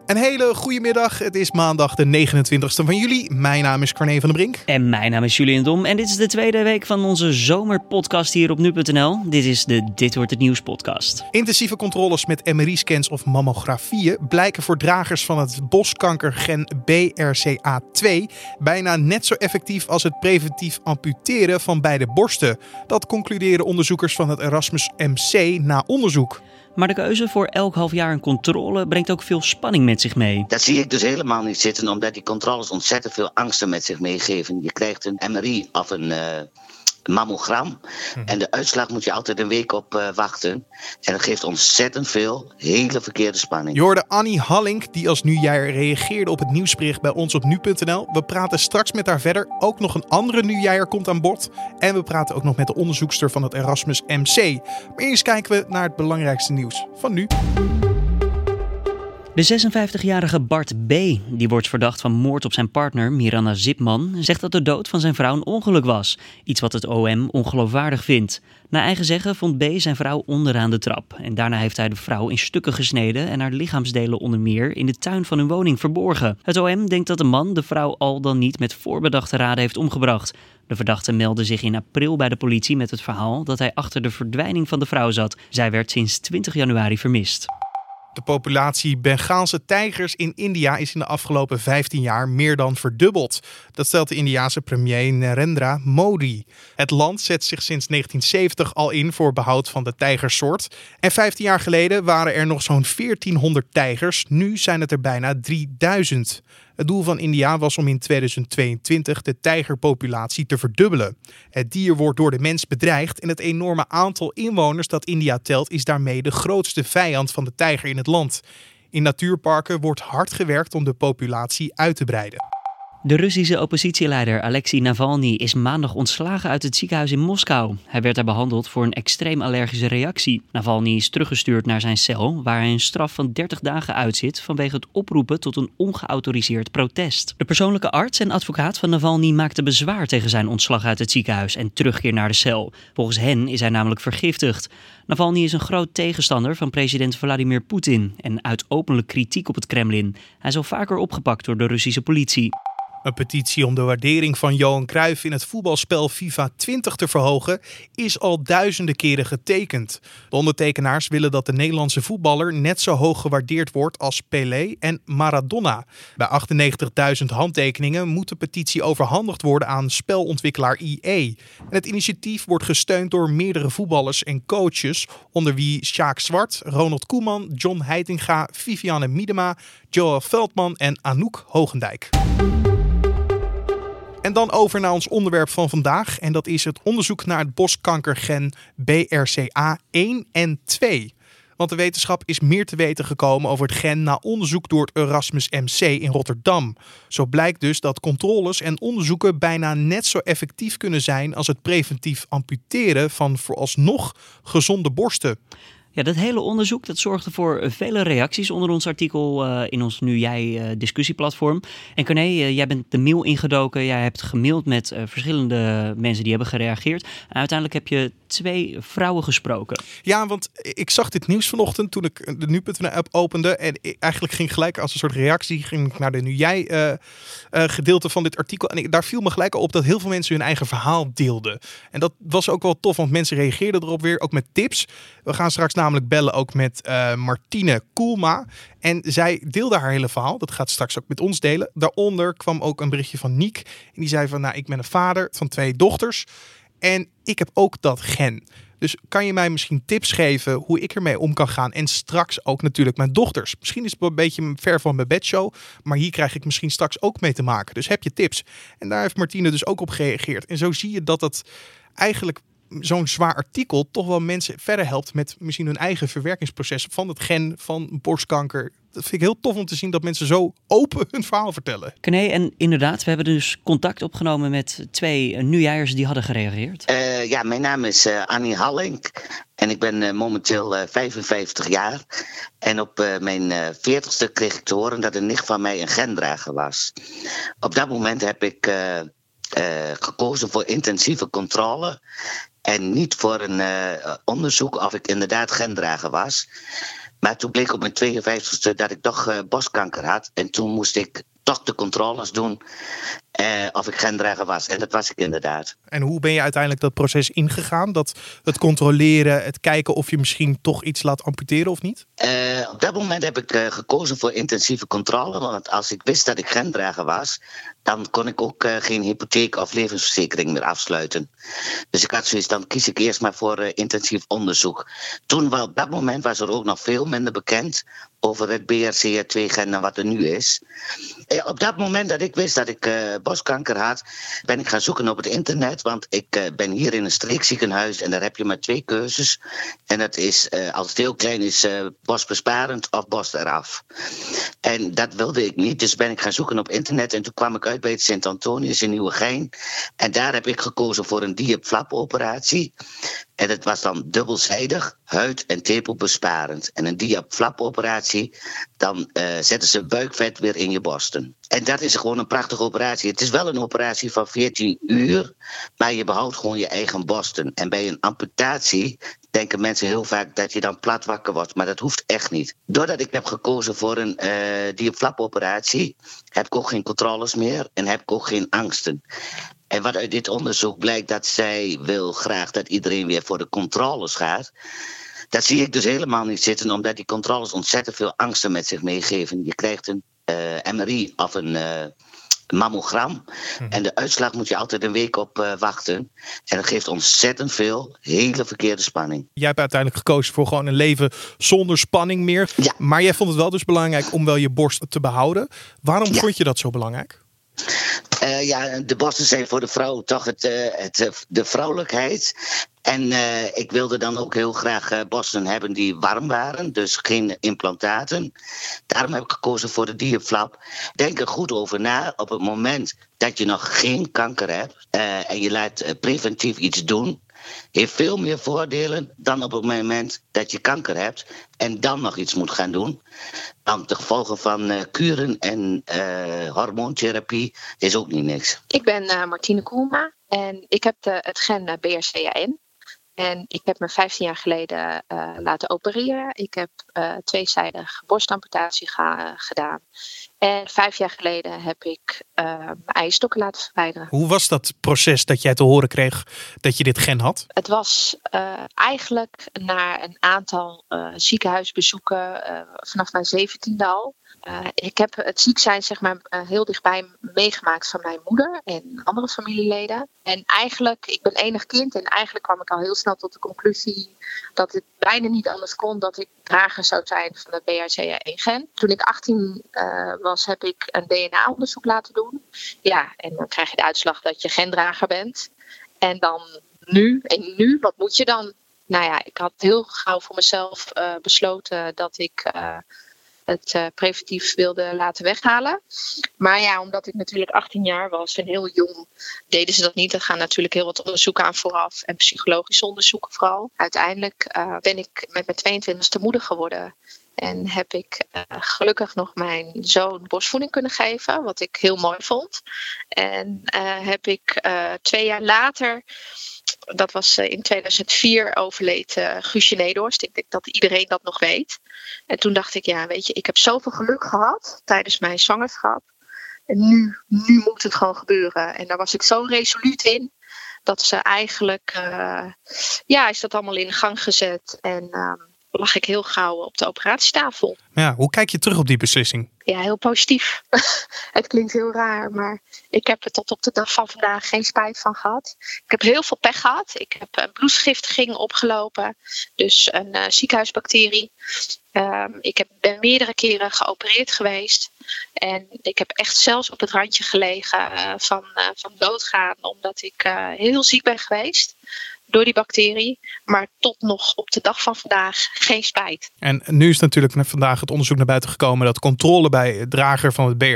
Een hele goede middag. Het is maandag de 29e van juli. Mijn naam is Corné van den Brink. En mijn naam is Julian Dom. En dit is de tweede week van onze zomerpodcast hier op nu.nl. Dit is de Dit Wordt Het Nieuws podcast. Intensieve controles met MRI-scans of mammografieën blijken voor dragers van het borstkankergen BRCA2 bijna net zo effectief als het preventief amputeren van beide borsten. Dat concluderen onderzoekers van het Erasmus MC na onderzoek. Maar de keuze voor elk half jaar een controle brengt ook veel spanning met zich mee. Dat zie ik dus helemaal niet zitten, omdat die controles ontzettend veel angsten met zich meegeven. Je krijgt een MRI of een mammogram. En de uitslag moet je altijd een week op wachten. En dat geeft ontzettend veel hele verkeerde spanning. Je hoorde Annie Hallink, die als nieuwjaar reageerde op het nieuwsbericht bij ons op nu.nl. We praten straks met haar verder. Ook nog een andere nieuwjaar komt aan bod. En we praten ook nog met de onderzoekster van het Erasmus MC. Maar eerst kijken we naar het belangrijkste nieuws van nu. De 56-jarige Bart B., die wordt verdacht van moord op zijn partner Miranda Zipman, zegt dat de dood van zijn vrouw een ongeluk was. Iets wat het OM ongeloofwaardig vindt. Naar eigen zeggen vond B. zijn vrouw onderaan de trap. En daarna heeft hij de vrouw in stukken gesneden en haar lichaamsdelen onder meer in de tuin van hun woning verborgen. Het OM denkt dat de man de vrouw al dan niet met voorbedachte raden heeft omgebracht. De verdachte meldde zich in april bij de politie met het verhaal dat hij achter de verdwijning van de vrouw zat. Zij werd sinds 20 januari vermist. De populatie Bengaalse tijgers in India is in de afgelopen 15 jaar meer dan verdubbeld. Dat stelt de Indiase premier Narendra Modi. Het land zet zich sinds 1970 al in voor behoud van de tijgersoort. En 15 jaar geleden waren er nog zo'n 1400 tijgers. Nu zijn het er bijna 3000. Het doel van India was om in 2022 de tijgerpopulatie te verdubbelen. Het dier wordt door de mens bedreigd en het enorme aantal inwoners dat India telt is daarmee de grootste vijand van de tijger in het land. In natuurparken wordt hard gewerkt om de populatie uit te breiden. De Russische oppositieleider Alexei Navalny is maandag ontslagen uit het ziekenhuis in Moskou. Hij werd daar behandeld voor een extreem allergische reactie. Navalny is teruggestuurd naar zijn cel, waar hij een straf van 30 dagen uitzit vanwege het oproepen tot een ongeautoriseerd protest. De persoonlijke arts en advocaat van Navalny maakte bezwaar tegen zijn ontslag uit het ziekenhuis en terugkeer naar de cel. Volgens hen is hij namelijk vergiftigd. Navalny is een groot tegenstander van president Vladimir Poetin en uit openlijk kritiek op het Kremlin. Hij is al vaker opgepakt door de Russische politie. Een petitie om de waardering van Johan Cruijff in het voetbalspel FIFA 20 te verhogen is al duizenden keren getekend. De ondertekenaars willen dat de Nederlandse voetballer net zo hoog gewaardeerd wordt als Pelé en Maradona. Bij 98.000 handtekeningen moet de petitie overhandigd worden aan spelontwikkelaar EA. En het initiatief wordt gesteund door meerdere voetballers en coaches, onder wie Sjaak Zwart, Ronald Koeman, John Heitinga, Vivianne Miedema, Joel Veldman en Anouk Hogendijk. En dan over naar ons onderwerp van vandaag. En dat is het onderzoek naar het borstkankergen BRCA1 en 2. Want de wetenschap is meer te weten gekomen over het gen na onderzoek door het Erasmus MC in Rotterdam. Zo blijkt dus dat controles en onderzoeken bijna net zo effectief kunnen zijn als het preventief amputeren van vooralsnog gezonde borsten. Ja, dat hele onderzoek dat zorgde voor vele reacties onder ons artikel in ons Nu Jij discussieplatform. En Corné, jij bent de mail ingedoken. Jij hebt gemaild met verschillende mensen die hebben gereageerd. En uiteindelijk heb je 2 vrouwen gesproken. Ja, want ik zag dit nieuws vanochtend toen ik de nu.nl app opende. En eigenlijk ging gelijk als een soort reactie naar de Nu Jij gedeelte van dit artikel. En daar viel me gelijk op dat heel veel mensen hun eigen verhaal deelden. En dat was ook wel tof, want mensen reageerden erop weer, ook met tips. We gaan straks namelijk bellen ook met Martine Koelma. En zij deelde haar hele verhaal. Dat gaat straks ook met ons delen. Daaronder kwam ook een berichtje van Niek. En die zei van, ik ben een vader van 2 dochters. En ik heb ook dat gen. Dus kan je mij misschien tips geven hoe ik ermee om kan gaan? En straks ook natuurlijk mijn dochters. Misschien is het een beetje ver van mijn bedshow. Maar hier krijg ik misschien straks ook mee te maken. Dus heb je tips? En daar heeft Martine dus ook op gereageerd. En zo zie je dat het eigenlijk zo'n zwaar artikel toch wel mensen verder helpt met misschien hun eigen verwerkingsproces van het gen van borstkanker. Dat vind ik heel tof om te zien dat mensen zo open hun verhaal vertellen. Nee, en inderdaad, we hebben dus contact opgenomen met 2 nieuwjaars die hadden gereageerd. Ja, mijn naam is Annie Hallink en ik ben momenteel 55 jaar. En op mijn 40ste kreeg ik te horen dat een nicht van mij een gendrager was. Op dat moment heb ik gekozen voor intensieve controle en niet voor een onderzoek of ik inderdaad gendrager was. Maar toen bleek op mijn 52e dat ik toch borstkanker had. En toen moest ik toch de controles doen of ik gendrager was. En dat was ik inderdaad. En hoe ben je uiteindelijk dat proces ingegaan? Dat het controleren, het kijken of je misschien toch iets laat amputeren of niet? Op dat moment heb ik gekozen voor intensieve controle. Want als ik wist dat ik gendrager was, dan kon ik ook geen hypotheek of levensverzekering meer afsluiten. Dus ik had zoiets, dan kies ik eerst maar voor intensief onderzoek. Toen, op dat moment was er ook nog veel minder bekend over het BRCA2-gen dan wat er nu is. Op dat moment dat ik wist dat ik borstkanker had, ben ik gaan zoeken op het internet. Want ik ben hier in een streekziekenhuis en daar heb je maar 2 keuzes. En dat is, als het heel klein is, borstbesparend of borst eraf. En dat wilde ik niet, dus ben ik gaan zoeken op internet. En toen kwam ik uit bij het Sint-Antonius in Nieuwegein. En daar heb ik gekozen voor een diapflap-operatie. En het was dan dubbelzijdig, huid- en tepelbesparend. En een diapflap-operatie, dan zetten ze buikvet weer in je borsten. En dat is gewoon een prachtige operatie. Het is wel een operatie van 14 uur, maar je behoudt gewoon je eigen borsten. En bij een amputatie denken mensen heel vaak dat je dan plat wakker wordt, maar dat hoeft echt niet. Doordat ik heb gekozen voor een diapflap-operatie, heb ik ook geen controles meer en heb ik ook geen angsten. En wat uit dit onderzoek blijkt, dat zij wil graag dat iedereen weer voor de controles gaat. Dat zie ik dus helemaal niet zitten, omdat die controles ontzettend veel angsten met zich meegeven. Je krijgt een MRI of een mammogram. En de uitslag moet je altijd een week op wachten. En dat geeft ontzettend veel hele verkeerde spanning. Jij hebt uiteindelijk gekozen voor gewoon een leven zonder spanning meer. Ja. Maar jij vond het wel dus belangrijk om wel je borst te behouden. Waarom vond je dat zo belangrijk? De borsten zijn voor de vrouw toch de vrouwelijkheid. En ik wilde dan ook heel graag borsten hebben die warm waren. Dus geen implantaten. Daarom heb ik gekozen voor de diapflap. Denk er goed over na. Op het moment dat je nog geen kanker hebt en je laat preventief iets doen, heeft veel meer voordelen dan op het moment dat je kanker hebt en dan nog iets moet gaan doen. Want de gevolgen van kuren en hormoontherapie is ook niet niks. Ik ben Martine Koelma en ik heb het gen BRCA1. En ik heb me 15 jaar geleden laten opereren. Ik heb tweezijdig borstamputatie gedaan. En 5 jaar geleden heb ik mijn eierstokken laten verwijderen. Hoe was dat proces dat jij te horen kreeg dat je dit gen had? Het was eigenlijk na een aantal ziekenhuisbezoeken vanaf mijn 17e al. Ik heb het ziek zijn heel dichtbij meegemaakt van mijn moeder en andere familieleden. En eigenlijk, ik ben enig kind en eigenlijk kwam ik al heel snel tot de conclusie dat het bijna niet anders kon dat ik drager zou zijn van het BRCA1-gen. Toen ik 18 was, heb ik een DNA-onderzoek laten doen. Ja, en dan krijg je de uitslag dat je gendrager bent. En dan nu, wat moet je dan? Nou ja, ik had heel gauw voor mezelf besloten dat ik het preventief wilde laten weghalen. Maar ja, omdat ik natuurlijk 18 jaar was en heel jong, deden ze dat niet. Er gaan natuurlijk heel wat onderzoeken aan vooraf en psychologische onderzoeken vooral. Uiteindelijk ben ik met mijn 22e moeder geworden. En heb ik gelukkig nog mijn zoon borstvoeding kunnen geven, wat ik heel mooi vond. En heb ik 2 jaar later, dat was in 2004, overleed Guusje Nederhorst. Ik denk dat iedereen dat nog weet. En toen dacht ik, ja, weet je, ik heb zoveel geluk gehad tijdens mijn zwangerschap. En nu moet het gewoon gebeuren. En daar was ik zo resoluut in, dat ze eigenlijk, is dat allemaal in gang gezet. En lag ik heel gauw op de operatietafel. Ja, hoe kijk je terug op die beslissing? Ja, heel positief. Het klinkt heel raar, maar ik heb er tot op de dag van vandaag geen spijt van gehad. Ik heb heel veel pech gehad. Ik heb een bloedvergiftiging opgelopen, dus een ziekenhuisbacterie. Ik ben meerdere keren geopereerd geweest. En ik heb echt zelfs op het randje gelegen van doodgaan, omdat ik heel ziek ben geweest door die bacterie, maar tot nog op de dag van vandaag geen spijt. En nu is natuurlijk vandaag het onderzoek naar buiten gekomen dat controle bij drager van het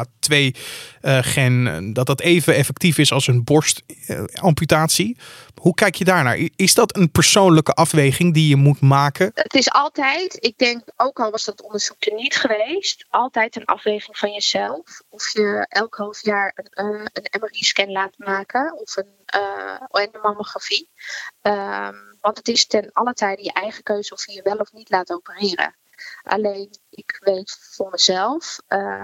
BRCA2-gen, dat even effectief is als een borstamputatie. Hoe kijk je daarnaar? Is dat een persoonlijke afweging die je moet maken? Het is altijd, ik denk, ook al was dat onderzoek er niet geweest, altijd een afweging van jezelf. Of je elk half jaar een MRI-scan laat maken of een mammografie. Want het is ten alle tijde je eigen keuze of je je wel of niet laat opereren. Alleen ik weet voor mezelf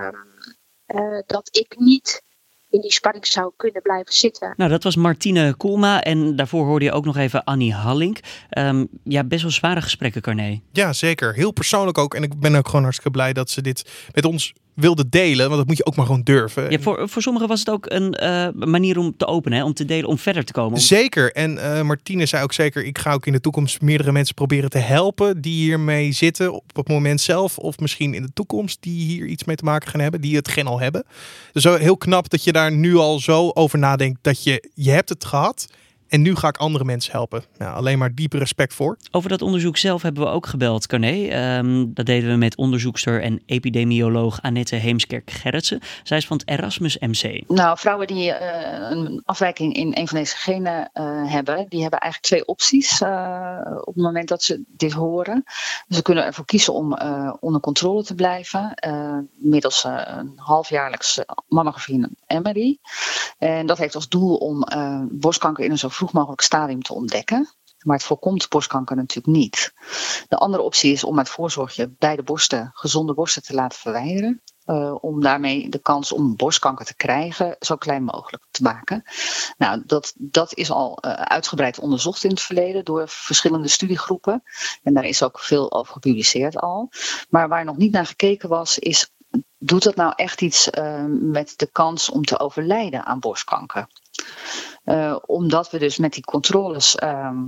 dat ik niet in die spanning zou kunnen blijven zitten. Nou, dat was Martine Koolma en daarvoor hoorde je ook nog even Annie Hallink. Best wel zware gesprekken, Carné. Ja, zeker. Heel persoonlijk ook. En ik ben ook gewoon hartstikke blij dat ze dit met ons wilde delen. Want dat moet je ook maar gewoon durven. Ja, voor sommigen was het ook een manier om te openen, hè? Om te delen, om verder te komen. Zeker. En Martine zei ook zeker, ik ga ook in de toekomst meerdere mensen proberen te helpen die hiermee zitten op het moment zelf. Of misschien in de toekomst die hier iets mee te maken gaan hebben. Die het gen al hebben. Dus heel knap dat je daar nu al zo over nadenkt dat je hebt het gehad. En nu ga ik andere mensen helpen. Nou, alleen maar diepe respect voor. Over dat onderzoek zelf hebben we ook gebeld, Carné. Dat deden we met onderzoekster en epidemioloog Annette Heemskerk-Gerritsen. Zij is van het Erasmus MC. Nou, vrouwen die een afwijking in een van deze genen hebben, die hebben eigenlijk 2 opties op het moment dat ze dit horen. Ze kunnen ervoor kiezen om onder controle te blijven, middels een halfjaarlijks mammografie en MRI. En dat heeft als doel om borstkanker in een zo vroeg mogelijk stadium te ontdekken. Maar het voorkomt borstkanker natuurlijk niet. De andere optie is om uit voorzorg je beide borsten, gezonde borsten te laten verwijderen. Om daarmee de kans om borstkanker te krijgen zo klein mogelijk te maken. Nou, dat is al uitgebreid onderzocht in het verleden door verschillende studiegroepen. En daar is ook veel over gepubliceerd al. Maar waar nog niet naar gekeken was, is: doet dat nou echt iets met de kans om te overlijden aan borstkanker? Omdat we dus met die controles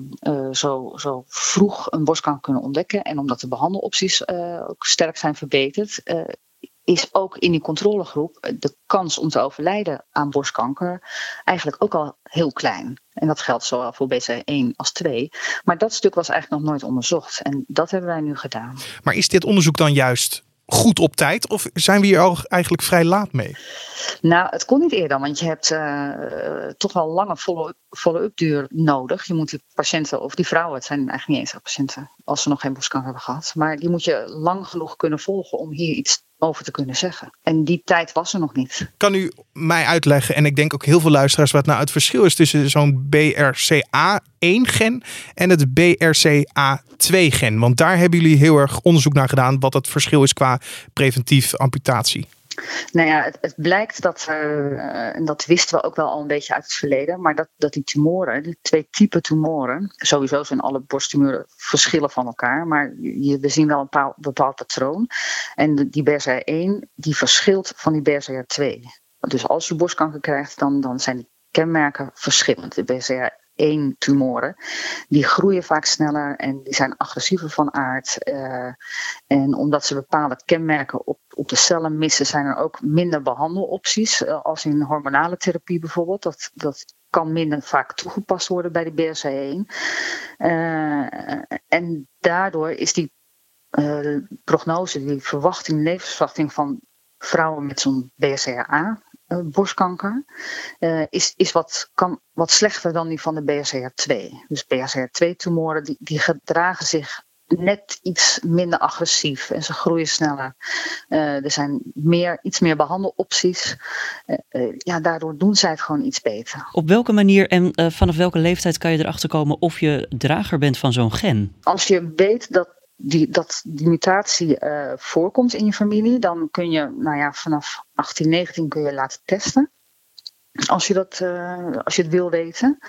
zo vroeg een borstkanker kunnen ontdekken en omdat de behandelopties ook sterk zijn verbeterd, is ook in die controlegroep de kans om te overlijden aan borstkanker eigenlijk ook al heel klein. En dat geldt zowel voor BRCA1 als 2. Maar dat stuk was eigenlijk nog nooit onderzocht. En dat hebben wij nu gedaan. Maar is dit onderzoek dan juist goed op tijd? Of zijn we hier al eigenlijk vrij laat mee? Nou, het kon niet eerder, want je hebt toch wel lange follow-up duur nodig. Je moet die patiënten, of die vrouwen, het zijn eigenlijk niet eens patiënten, als ze nog geen borstkanker hebben gehad. Maar die moet je lang genoeg kunnen volgen om hier iets over te kunnen zeggen. En die tijd was er nog niet. Kan u mij uitleggen, en ik denk ook heel veel luisteraars, wat nou het verschil is tussen zo'n BRCA1-gen en het BRCA2-gen? Want daar hebben jullie heel erg onderzoek naar gedaan wat het verschil is qua preventief amputatie. Nou ja, het blijkt dat en dat wisten we ook wel al een beetje uit het verleden, maar dat die tumoren, die 2 typen tumoren, sowieso zijn alle borsttumoren verschillen van elkaar, maar we zien wel een bepaald patroon. En die BRCA1, die verschilt van die BRCA2. Dus als je borstkanker krijgt, dan zijn die kenmerken verschillend. De BRCA1-tumoren, die groeien vaak sneller en die zijn agressiever van aard. En omdat ze bepaalde kenmerken op de cellen missen, zijn er ook minder behandelopties. Als in hormonale therapie bijvoorbeeld. Dat kan minder vaak toegepast worden bij de BRCA1. En daardoor is die prognose, die levensverwachting van vrouwen met zo'n BRCA borstkanker kan wat slechter dan die van de BRCA2. Dus BRCA2-tumoren die gedragen zich net iets minder agressief en ze groeien sneller. Er zijn iets meer behandelopties. Daardoor doen zij het gewoon iets beter. Op welke manier en vanaf welke leeftijd kan je erachter komen of je drager bent van zo'n gen? Als je weet dat die mutatie voorkomt in je familie, dan kun je vanaf 18, 19 kun je laten testen. Als je het wil weten.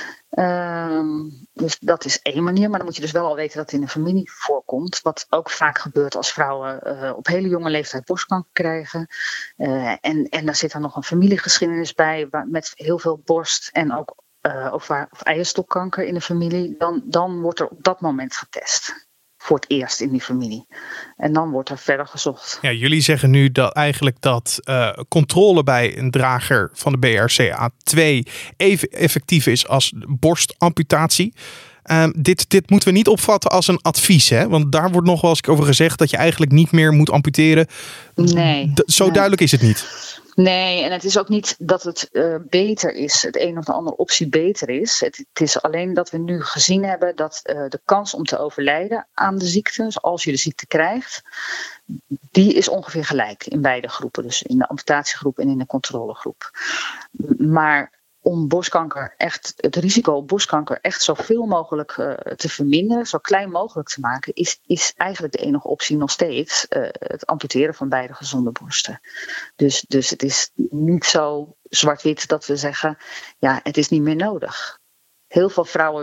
Dus dat is één manier, maar dan moet je dus wel al weten dat het in de familie voorkomt. Wat ook vaak gebeurt als vrouwen op hele jonge leeftijd borstkanker krijgen. En daar zit dan nog een familiegeschiedenis bij met heel veel borst en ook of eierstokkanker in de familie. Dan wordt er op dat moment getest. Voor het eerst in die familie. En dan wordt er verder gezocht. Ja, jullie zeggen nu dat eigenlijk dat controle bij een drager van de BRCA2 even effectief is als borstamputatie. Dit moeten we niet opvatten als een advies, hè? Want daar wordt nog wel eens over gezegd dat je eigenlijk niet meer moet amputeren. Nee. Duidelijk is het niet. Nee, en het is ook niet dat het beter is, het een of de andere optie beter is. Het is alleen dat we nu gezien hebben dat de kans om te overlijden aan de ziekte, dus als je de ziekte krijgt, die is ongeveer gelijk in beide groepen. Dus in de amputatiegroep en in de controlegroep. Maar om borstkanker het risico op borstkanker echt zoveel mogelijk te verminderen, zo klein mogelijk te maken, is eigenlijk de enige optie nog steeds het amputeren van beide gezonde borsten. Dus het is niet zo zwart-wit dat we zeggen, ja, het is niet meer nodig. Heel veel vrouwen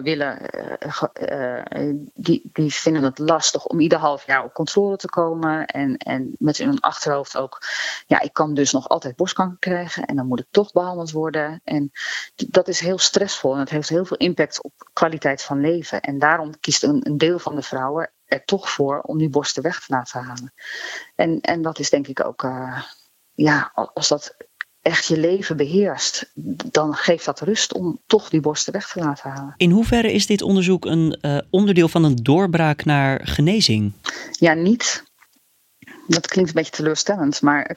die vinden het lastig om ieder half jaar op controle te komen. En met in hun achterhoofd ook, ja, ik kan dus nog altijd borstkanker krijgen en dan moet ik toch behandeld worden. En dat is heel stressvol en het heeft heel veel impact op kwaliteit van leven. En daarom kiest een deel van de vrouwen er toch voor om die borsten weg te laten halen. En dat is denk ik ook, als dat echt je leven beheerst, dan geeft dat rust om toch die borsten weg te laten halen. In hoeverre is dit onderzoek een onderdeel van een doorbraak naar genezing? Ja, niet. Dat klinkt een beetje teleurstellend, maar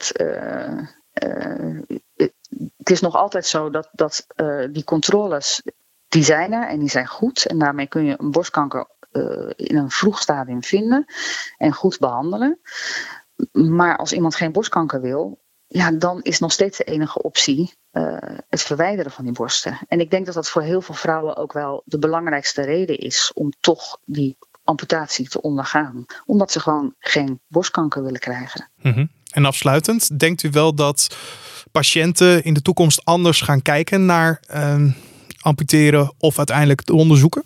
het is nog altijd zo dat die controles, die zijn er en die zijn goed. En daarmee kun je een borstkanker in een vroeg stadium vinden en goed behandelen. Maar als iemand geen borstkanker wil, ja, dan is nog steeds de enige optie het verwijderen van die borsten. En ik denk dat dat voor heel veel vrouwen ook wel de belangrijkste reden is om toch die amputatie te ondergaan. Omdat ze gewoon geen borstkanker willen krijgen. Mm-hmm. En afsluitend, denkt u wel dat patiënten in de toekomst anders gaan kijken naar amputeren of uiteindelijk te onderzoeken?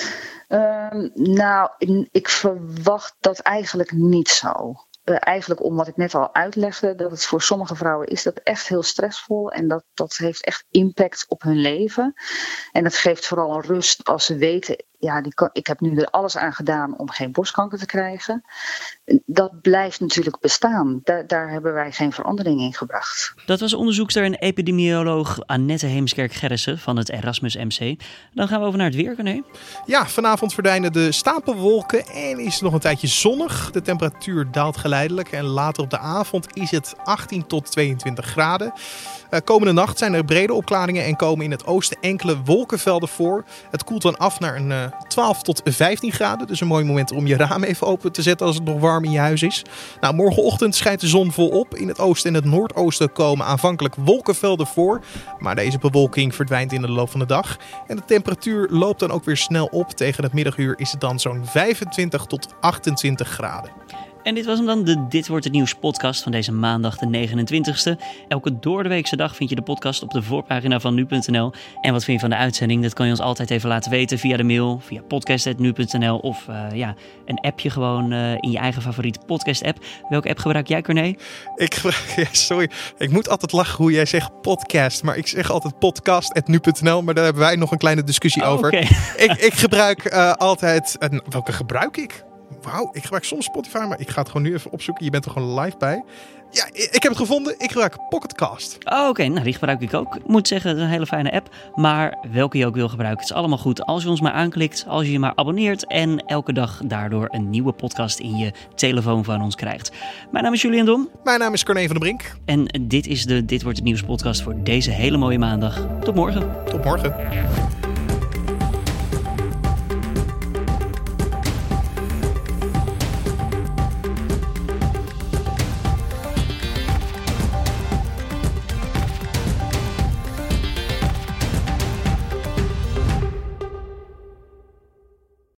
Ik verwacht dat eigenlijk niet zo. Eigenlijk om wat ik net al uitlegde, dat het voor sommige vrouwen is dat echt heel stressvol en dat heeft echt impact op hun leven. En het geeft vooral rust als ze weten, ja, ik heb nu er alles aan gedaan om geen borstkanker te krijgen. Dat blijft natuurlijk bestaan. Daar hebben wij geen verandering in gebracht. Dat was onderzoekster en epidemioloog Annette Heemskerk-Gerrissen van het Erasmus MC. Dan gaan we over naar het weer, René. Ja, vanavond verdwijnen de stapelwolken en is het nog een tijdje zonnig. De temperatuur daalt geleidelijk en later op de avond is het 18 tot 22 graden. Komende nacht zijn er brede opklaringen en komen in het oosten enkele wolkenvelden voor. Het koelt dan af naar een 12 tot 15 graden. Dus een mooi moment om je raam even open te zetten als het nog warm in je huis is. Nou, morgenochtend schijnt de zon volop. In het oosten en het noordoosten komen aanvankelijk wolkenvelden voor. Maar deze bewolking verdwijnt in de loop van de dag. En de temperatuur loopt dan ook weer snel op. Tegen het middaguur is het dan zo'n 25 tot 28 graden. En dit was hem dan, de Dit Wordt Het Nieuws podcast van deze maandag de 29e. Elke doordeweekse dag vind je de podcast op de voorpagina van nu.nl. En wat vind je van de uitzending? Dat kan je ons altijd even laten weten via de mail, via podcast@nu.nl of een appje gewoon in je eigen favoriete podcast app. Welke app gebruik jij, Corné? Sorry, ik moet altijd lachen hoe jij zegt podcast, maar ik zeg altijd podcast@nu.nl, maar daar hebben wij nog een kleine discussie over. Okay. Ik gebruik altijd, welke gebruik ik? Wauw, ik gebruik soms Spotify, maar ik ga het gewoon nu even opzoeken. Je bent er gewoon live bij. Ja, ik heb het gevonden. Ik gebruik Pocketcast. Oké, nou die gebruik ik ook. Ik moet zeggen, het is een hele fijne app. Maar welke je ook wil gebruiken, het is allemaal goed. Als je ons maar aanklikt, als je je maar abonneert en elke dag daardoor een nieuwe podcast in je telefoon van ons krijgt. Mijn naam is Julian Dom. Mijn naam is Corné van den Brink. En dit is de Dit Wordt Het Nieuws podcast voor deze hele mooie maandag. Tot morgen. Tot morgen.